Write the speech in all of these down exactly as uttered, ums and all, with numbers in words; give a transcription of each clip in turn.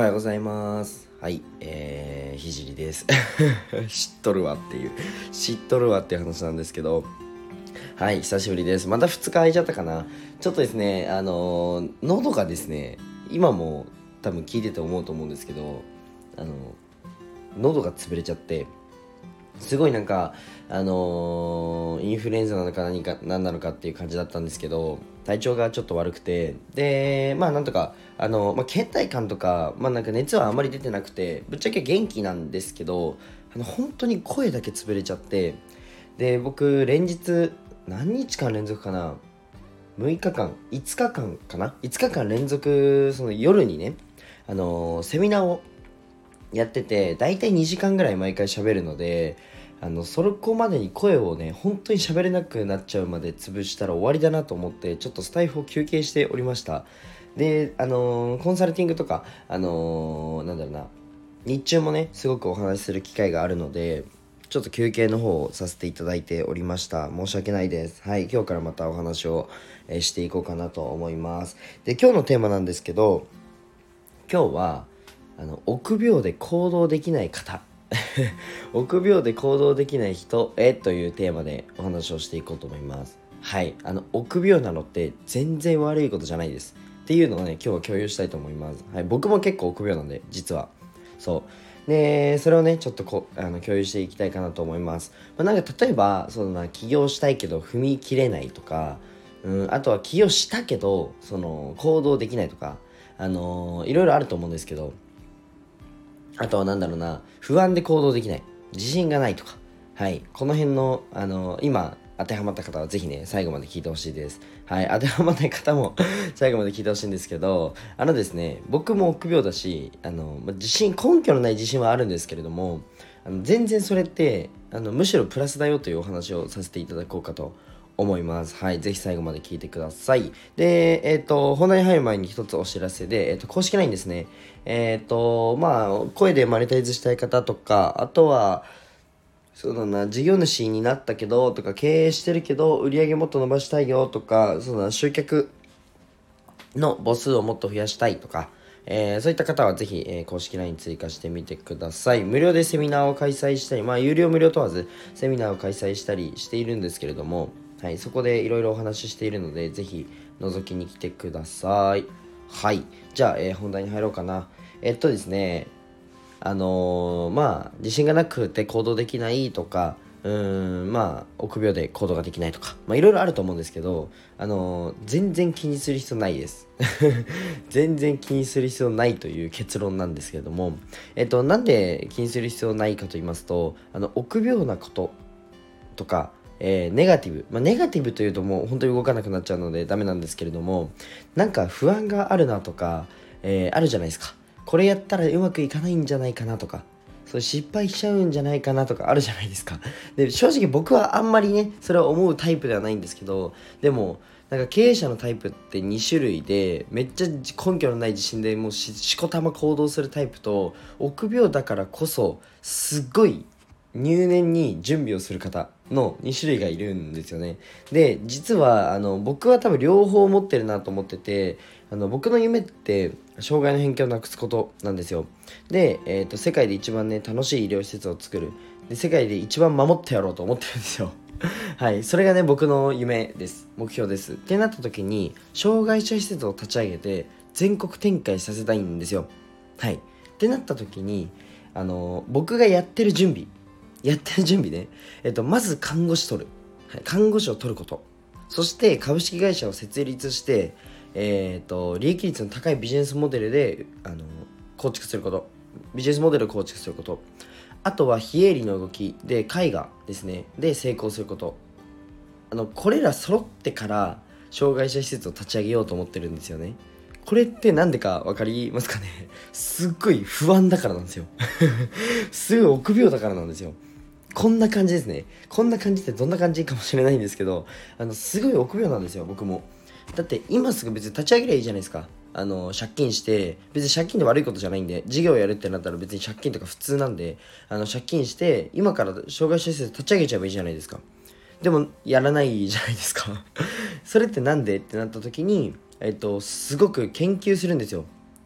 ようございます。はい、えー、ひじりです知っとるわっていう知っとるわっていう話なんですけど、はい、久しぶりです。またふつか空いちゃったかな。ちょっとですね、あのー喉がですね、今も多分聞いてて思うと思うんですけど、あの喉が潰れちゃって、すごいなんか、あのーインフルエンザなのか何か何なのかっていう感じだったんですけど、体調がちょっと悪くて、でまあなんとかあの、まあ、倦怠感とか、まあ、なんか熱はあまり出てなくて、ぶっちゃけ元気なんですけど、あの本当に声だけ潰れちゃって、で僕連日何日間連続かな、むいかかんいつかかんかな、いつかかん連続その夜にね、あのーセミナーをやってて、だいたいにじかんぐらい毎回喋るので、あのそこまでに声をね本当に喋れなくなっちゃうまで潰したら終わりだなと思って、ちょっとスタイフを休憩しておりました。であのーコンサルティングとか、あのーなんだろうな、日中もねすごくお話しする機会があるので、ちょっと休憩の方をさせていただいておりました。申し訳ないです。はい、今日からまたお話を、えーしていこうかなと思います。で今日のテーマなんですけど、今日はあの臆病で行動できない方臆病で行動できない人へというテーマでお話をしていこうと思います。はい、あの臆病なのって全然悪いことじゃないですっていうのをね、今日は共有したいと思います。はい、僕も結構臆病なんで、実はそうで、それをねちょっとこあの共有していきたいかなと思います。まあ、なんか例えばそのな起業したいけど踏み切れないとか、うん、あとは起業したけどその行動できないとか、あのーいろいろあると思うんですけど、あとはなんだろうな、不安で行動できない、自信がないとか、はい、この辺の、あの今当てはまった方はぜひね最後まで聞いてほしいです。はい、当てはまない方も最後まで聞いてほしいんですけど、あのですね、僕も臆病だし、あのま自信、根拠のない自信はあるんですけれども、あの全然それってあのむしろプラスだよというお話をさせていただこうかと思います。はい、ぜひ最後まで聞いてください。で、えっ、と、本題に入る前に一つお知らせで、えっ、と、公式 ライン ですね。えっ、と、まあ、声でマネタイズしたい方とか、あとは、そうだな、事業主になったけど、とか、経営してるけど、売り上げもっと伸ばしたいよとか、そうだな、集客の母数をもっと増やしたいとか、えーそういった方はぜひ、えー公式 ライン 追加してみてください。無料でセミナーを開催したり、まあ有料無料問わずセミナーを開催したりしているんですけれども、はい、そこでいろいろお話ししているので、ぜひ覗きに来てください。はい、じゃあ、えー本題に入ろうかな。えっとですね、あのーまあ自信がなくて行動できないとか、うーんまあ臆病で行動ができないとか、まあいろいろあると思うんですけど、あのー全然気にする必要ないです全然気にする必要ないという結論なんですけれども、えっとなんで気にする必要ないかと言いますと、あの臆病なこととか、えーネガティブ、まあ、ネガティブというともう本当に動かなくなっちゃうのでダメなんですけれども、なんか不安があるなとか、えーあるじゃないですか。これやったらうまくいかないんじゃないかなとか、そう失敗しちゃうんじゃないかなとかあるじゃないですか。で正直僕はあんまりねそれは思うタイプではないんですけど、でもなんか経営者のタイプってに種類で、めっちゃ根拠のない自信でもうししこたま行動するタイプと、臆病だからこそすっごい入念に準備をする方のに種類がいるんですよね。で実はあの僕は多分両方持ってるなと思ってて、あの僕の夢って障害の偏見をなくすことなんですよ。で、えーと世界で一番ね楽しい医療施設を作る、で世界で一番守ってやろうと思ってるんですよはい、それがね僕の夢です、目標ですってなった時に、障害者施設を立ち上げて全国展開させたいんですよ。はい、ってなった時に、あの僕がやってる準備やってる準備ね、えっと、まず看護師取る、はい、看護師を取ること、そして株式会社を設立して、えっと利益率の高いビジネスモデルであの構築すること、ビジネスモデルを構築すること、あとは非営利の動きで絵画ですねで成功すること、あのこれら揃ってから障害者施設を立ち上げようと思ってるんですよね。これってなんでか分かりますかね。すっごい不安だからなんですよすごい臆病だからなんですよ。こんな感じですね。こんな感じってどんな感じかもしれないんですけど、あのすごい臆病なんですよ僕も。だって今すぐ別に立ち上げりゃいいじゃないですか。あの借金して、別に借金で悪いことじゃないんで、事業をやるってなったら別に借金とか普通なんで、あの借金して今から障害者施設立ち上げちゃえばいいじゃないですか。でもやらないじゃないですかそれってなんでってなった時に、えっとすごく研究するんですよ。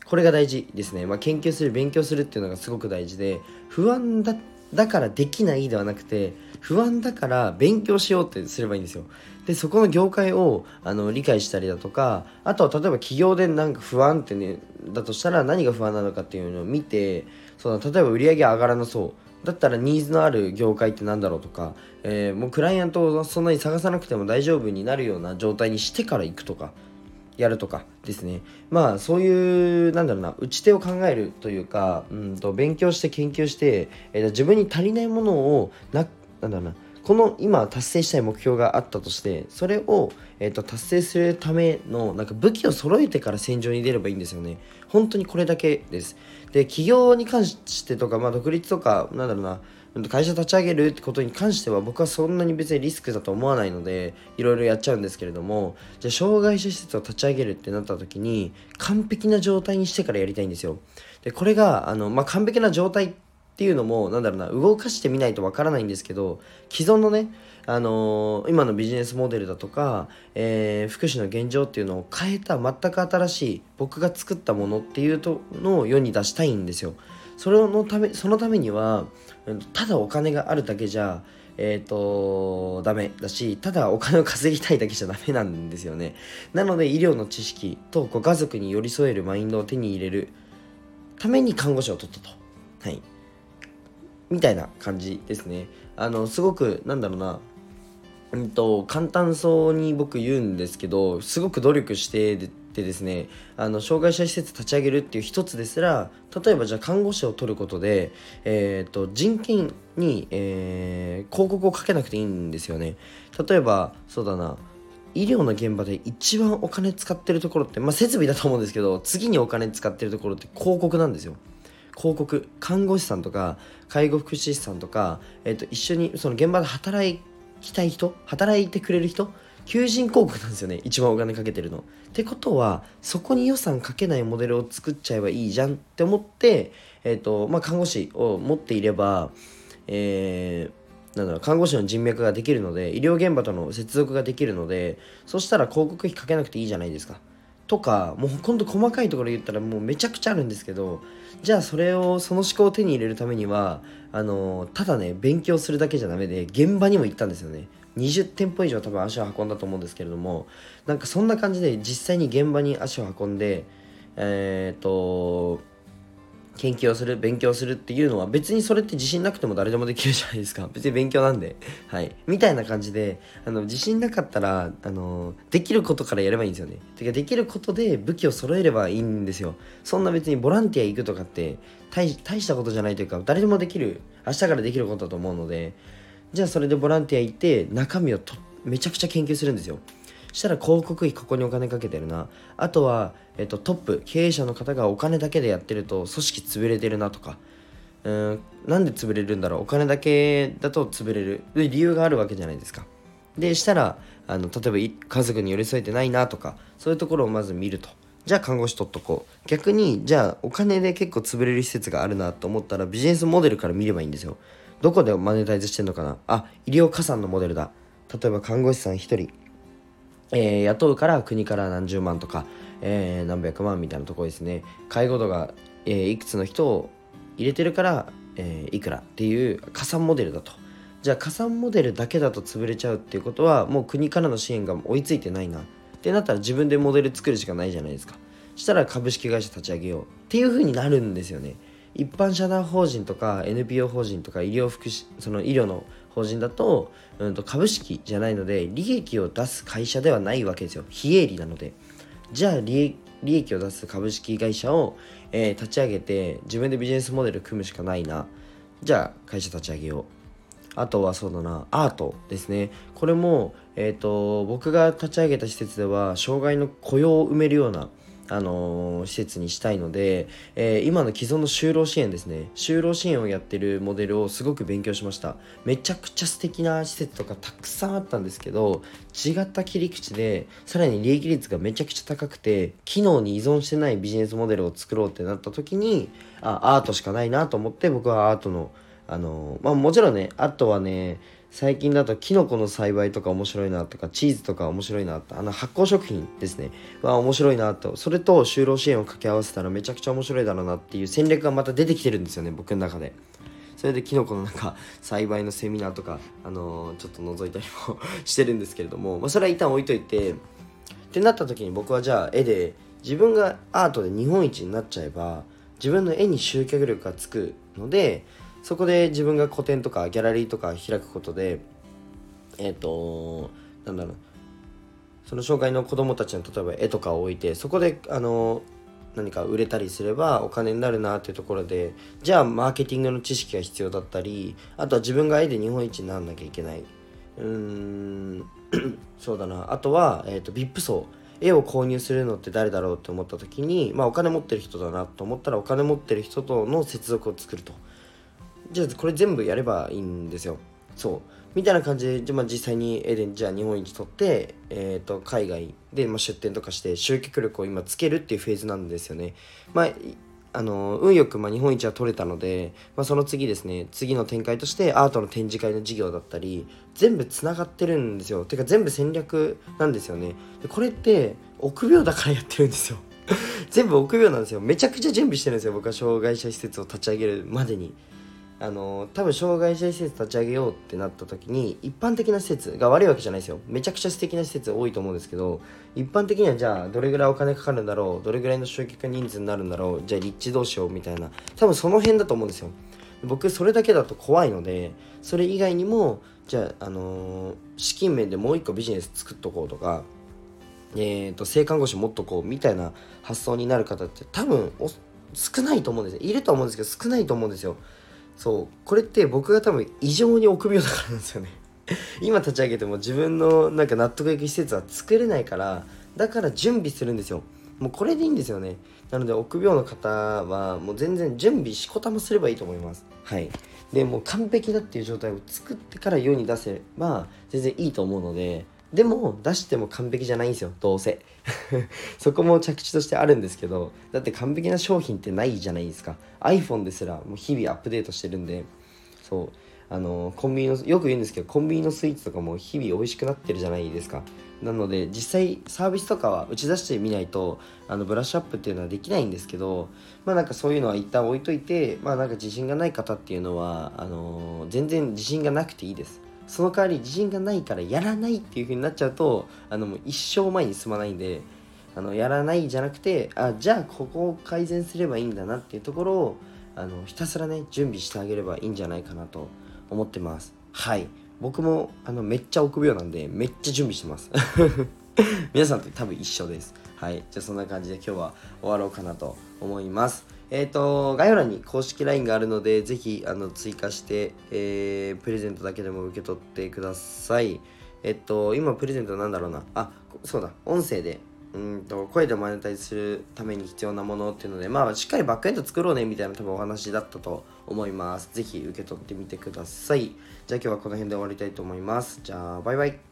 これが大事ですね。まあ、研究する勉強するっていうのがすごく大事で、不安だだからできないではなくて、不安だから勉強しようってすればいいんですよ。でそこの業界をあの理解したりだとか、あとは例えば企業でなんか不安ってねだとしたら何が不安なのかっていうのを見て、その例えば売り上げ上がらなそうだったらニーズのある業界ってなんだろうとか、えー、もうクライアントをそんなに探さなくても大丈夫になるような状態にしてから行くとかやるとかですね。まあそういうなんだろうな、打ち手を考えるというか、うんと勉強して研究して、えー、自分に足りないものをななんだろうな、この今達成したい目標があったとして、それを、えー、と達成するためのなんか武器を揃えてから戦場に出ればいいんですよね。本当にこれだけです。で企業に関してとか、まあ、独立とかなんだろうな、会社立ち上げるってことに関しては僕はそんなに別にリスクだと思わないのでいろいろやっちゃうんですけれども、じゃあ障害者施設を立ち上げるってなった時に完璧な状態にしてからやりたいんですよ。でこれがあの、まあ、完璧な状態っていうのもなんだろうな、動かしてみないとわからないんですけど、既存のね、あのー今のビジネスモデルだとか、えー福祉の現状っていうのを変えた全く新しい僕が作ったものっていうのを世に出したいんですよ。それのためそのためにはただお金があるだけじゃえっ、とダメだし、ただお金を稼ぎたいだけじゃダメなんですよね。なので医療の知識とご家族に寄り添えるマインドを手に入れるために看護師を取ったと、はいみたいな感じですね。あのすごくなんだろうな、うんと簡単そうに僕言うんですけど、すごく努力してでですね、あの障害者施設立ち上げるっていう一つですら、例えばじゃあ看護師を取ることで、えー、と人件に、えー広告をかけなくていいんですよね。例えばそうだな、医療の現場で一番お金使ってるところって、まあ、設備だと思うんですけど、次にお金使ってるところって広告なんですよ。広告、看護師さんとか介護福祉士さんとか、えー、と一緒にその現場で働きたい人、働いてくれる人、求人広告なんですよね、一番お金かけてるの。ってことはそこに予算かけないモデルを作っちゃえばいいじゃんって思って、えーとまあ、看護師を持っていれば、えーなんだろう、看護師の人脈ができるので、医療現場との接続ができるので、そしたら広告費かけなくていいじゃないですか。とか、もうほんと細かいところ言ったらもうめちゃくちゃあるんですけど、じゃあそれをその思考を手に入れるためにはあのただね勉強するだけじゃダメで、現場にも行ったんですよね。にじゅってんぽ以上多分足を運んだと思うんですけれども、なんかそんな感じで実際に現場に足を運んで、えーっと研究をする、勉強するっていうのは別にそれって自信なくても誰でもできるじゃないですか。別に勉強なんで、はいみたいな感じで、あの自信なかったらあのできることからやればいいんですよね。てかできることで武器を揃えればいいんですよ。そんな別にボランティア行くとかって大大したことじゃないというか、誰でもできる、明日からできることだと思うので、じゃあそれでボランティア行って中身をとめちゃくちゃ研究するんですよ。したら広告費ここにお金かけてるな、あとは、えっと、トップ経営者の方がお金だけでやってると組織潰れてるなとか、うーんなんで潰れるんだろう、お金だけだと潰れるで理由があるわけじゃないですか。でしたらあの例えばい家族に寄り添えてないなとか、そういうところをまず見ると、じゃあ看護師取っとこう。逆にじゃあお金で結構潰れる施設があるなと思ったらビジネスモデルから見ればいいんですよ。どこでマネタイズしてんのかな、あ、医療加算のモデルだ。例えば看護師さんひとりえー、雇うから国から何十万とか、えー、何百万みたいなところですね。介護度が、えー、いくつの人を入れてるから、えー、いくらっていう加算モデルだと。じゃあ加算モデルだけだと潰れちゃうっていうことは、もう国からの支援が追いついてないなってなったら自分でモデル作るしかないじゃないですか。したら株式会社立ち上げようっていう風になるんですよね。一般社団法人とか エヌピーオー 法人とか医療福祉、その医療の法人だと、うん、と株式じゃないので利益を出す会社ではないわけですよ。非営利なので。じゃあ利利益を出す株式会社を、えー立ち上げて自分でビジネスモデル組むしかないな。じゃあ会社立ち上げよう。あとはそうだな、アートですね。これも、えー、と僕が立ち上げた施設では障害の雇用を埋めるような、あのー施設にしたいので、えー今の既存の就労支援ですね、就労支援をやってるモデルをすごく勉強しました。めちゃくちゃ素敵な施設とかたくさんあったんですけど、違った切り口でさらに利益率がめちゃくちゃ高くて機能に依存してないビジネスモデルを作ろうってなった時に、あアートしかないなと思って、僕はアートのあのまあもちろんね、あとはね、 最近だとキノコの栽培とか面白いなとか、チーズとか面白いなと、あの発酵食品ですねは面白いなと、それと就労支援を掛け合わせたらめちゃくちゃ面白いだろうなっていう戦略がまた出てきてるんですよね、僕の中で。それでキノコのなんか栽培のセミナーとか、あのー、ちょっと覗いたりもしてるんですけれども、まあ、それは一旦置いといてってなった時に、僕はじゃあ絵で自分がアートで日本一になっちゃえば自分の絵に集客力がつくので、そこで自分が個展とかギャラリーとか開くことで、えっとなんだろう、その障害の子どもたちの例えば絵とかを置いて、そこであの何か売れたりすればお金になるなっていうところで、じゃあマーケティングの知識が必要だったり、あとは自分が絵で日本一にならなきゃいけない、うーんそうだな、あとは、えーと、ブイアイピー 層、絵を購入するのって誰だろうって思った時に、まあお金持ってる人だなと思ったら、お金持ってる人との接続を作ると。じゃあこれ全部やればいいんですよ。そうみたいな感じで、まあ、実際に絵でじゃあ日本一取って、えー、と海外で、まあ、出店とかして集客力を今つけるっていうフェーズなんですよね。まああの運よく、まあ、日本一は取れたので、まあ、その次ですね、次の展開としてアートの展示会の事業だったり全部つながってるんですよ。てか全部戦略なんですよね。でこれって臆病だからやってるんですよ全部臆病なんですよ。めちゃくちゃ準備してるんですよ、僕は障害者施設を立ち上げるまでに。あの多分障害者施設立ち上げようってなった時に、一般的な施設が悪いわけじゃないですよ。めちゃくちゃ素敵な施設多いと思うんですけど、一般的にはじゃあどれぐらいお金かかるんだろう、どれぐらいの集客人数になるんだろう、じゃあ立地どうしようみたいな、多分その辺だと思うんですよ。僕それだけだと怖いので、それ以外にもじゃあ、あのー資金面でもう一個ビジネス作っとこうとか、えーと性看護師持っとこうみたいな発想になる方って多分お少ないと思うんですよ。いると思うんですけど少ないと思うんですよ。そうこれって僕が多分異常に臆病だからなんですよね今立ち上げても自分のなんか納得いく施設は作れないから、だから準備するんですよ。もうこれでいいんですよね。なので臆病の方はもう全然準備しこたますればいいと思います。はい。でもう完璧だっていう状態を作ってから世に出せば全然いいと思うので、でも出しても完璧じゃないんですよ、どうせそこも着地としてあるんですけど、だって完璧な商品ってないじゃないですか。 iPhone ですらもう日々アップデートしてるんで、そうあのコンビニのよく言うんですけど、コンビニのスイーツとかも日々美味しくなってるじゃないですか。なので実際サービスとかは打ち出してみないとあのブラッシュアップっていうのはできないんですけど、まあなんかそういうのは一旦置いといて、まあなんか自信がない方っていうのはあのー全然自信がなくていいです。その代わり自信がないからやらないっていう風になっちゃうと、あのもう一生前に進まないんで、あのやらないじゃなくて、あじゃあここを改善すればいいんだなっていうところをあのひたすらね準備してあげればいいんじゃないかなと思ってます。はい、僕もあのめっちゃ臆病なんでめっちゃ準備してます皆さんと多分一緒です。はい、じゃあそんな感じで今日は終わろうかなと思います。えっ、と概要欄に公式 ライン があるのでぜひあの追加して、えー、プレゼントだけでも受け取ってください。えっと今プレゼントなんだろうなあそうだ音声でうんと声でマネタイズするために必要なものっていうので、まあしっかりバックエンド作ろうねみたいな多分お話だったと思います。ぜひ受け取ってみてください。じゃあ今日はこの辺で終わりたいと思います。じゃあバイバイ。